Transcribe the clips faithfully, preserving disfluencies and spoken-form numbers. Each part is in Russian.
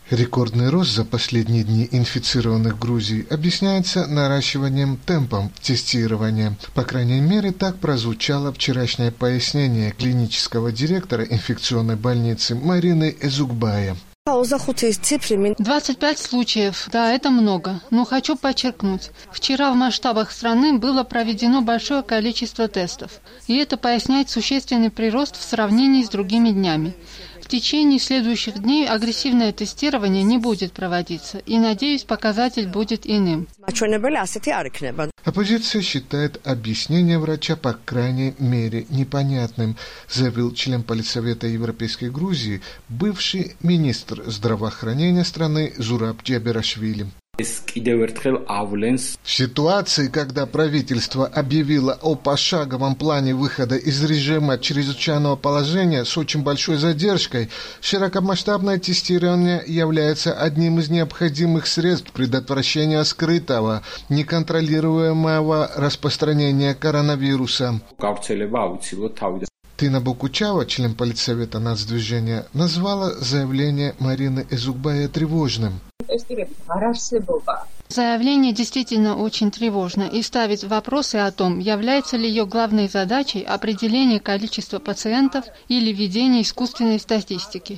Рекордный рост за последние дни инфицированных в Грузии объясняется наращиванием темпом тестирования. По крайней мере, так прозвучало вчерашнее пояснение клинического директора инфекционной больницы Марины Эзукбая. двадцать пять случаев, да, это много. Но хочу подчеркнуть, вчера в масштабах страны было проведено большое количество тестов. И это поясняет существенный прирост в сравнении с другими днями. В течение следующих дней агрессивное тестирование не будет проводиться, и, надеюсь, показатель будет иным. Оппозиция считает объяснение врача по крайней мере непонятным, заявил член Политсовета Европейской Грузии, бывший министр здравоохранения страны Зураб Джаберашвили. В ситуации, когда правительство объявило о пошаговом плане выхода из режима чрезвычайного положения с очень большой задержкой, широкомасштабное тестирование является одним из необходимых средств предотвращения скрытого, неконтролируемого распространения коронавируса. Тина Бокучава, член Политсовета Нацдвижения, назвала заявление Марины Эзукбая тревожным. Заявление действительно очень тревожно и ставит вопросы о том, является ли ее главной задачей определение количества пациентов или ведение искусственной статистики,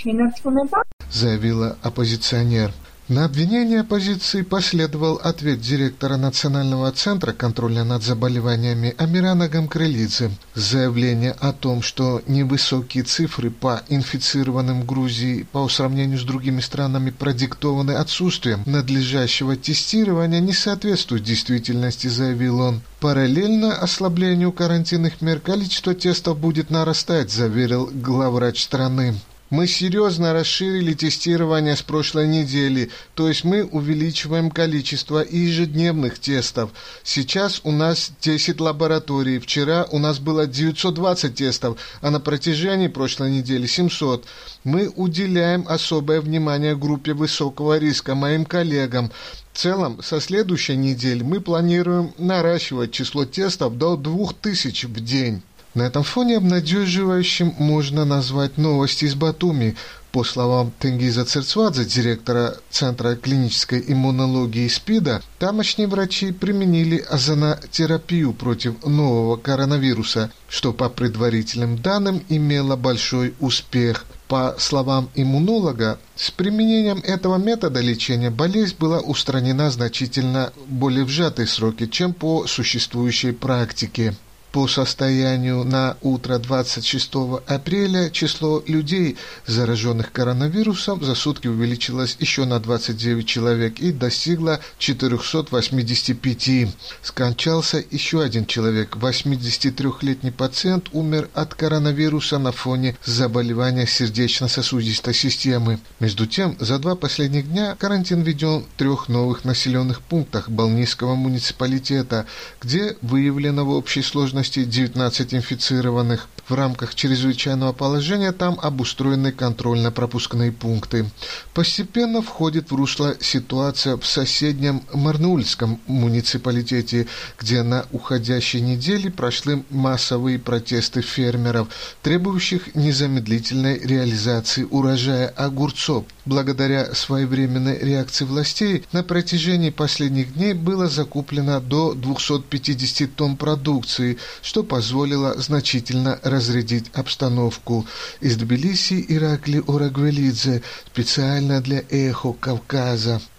заявила оппозиционер. На обвинение оппозиции последовал ответ директора Национального центра контроля над заболеваниями Амирана Гамкрелидзе. Заявление о том, что невысокие цифры по инфицированным в Грузии по сравнению с другими странами продиктованы отсутствием надлежащего тестирования, не соответствует действительности, заявил он. Параллельно ослаблению карантинных мер количество тестов будет нарастать, заверил главврач страны. Мы серьезно расширили тестирование с прошлой недели, то есть мы увеличиваем количество ежедневных тестов. Сейчас у нас десять лабораторий, вчера у нас было девятьсот двадцать тестов, а на протяжении прошлой недели семьсот. Мы уделяем особое внимание группе высокого риска, моим коллегам. В целом, со следующей недели мы планируем наращивать число тестов до двух тысяч в день. На этом фоне обнадеживающим можно назвать новости из Батуми. По словам Тенгиза Церцвадзе, директора Центра клинической иммунологии СПИДа, тамошние врачи применили озонотерапию против нового коронавируса, что по предварительным данным имело большой успех. По словам иммунолога, с применением этого метода лечения болезнь была устранена значительно более в сжатые сроки, чем по существующей практике. По состоянию на утро двадцать шестого апреля число людей, зараженных коронавирусом, за сутки увеличилось еще на двадцать девять человек и достигло четырехсот восьмидесяти пяти. Скончался еще один человек. восьмидесятитрёхлетний пациент умер от коронавируса на фоне заболевания сердечно-сосудистой системы. Между тем, за два последних дня карантин введен в трех новых населенных пунктах Балнийского муниципалитета, где выявлено в общей сложности девятнадцать инфицированных. В рамках чрезвычайного положения там обустроены контрольно-пропускные пункты. Постепенно входит в русло ситуация в соседнем Марнульском муниципалитете, где на уходящей неделе прошли массовые протесты фермеров, требующих незамедлительной реализации урожая огурцов. Благодаря своевременной реакции властей на протяжении последних дней было закуплено до двухсот пятидесяти тонн продукции, что позволило значительно разрядить обстановку. Из Тбилиси Иракли Орагвелидзе специально для Эхо Кавказа.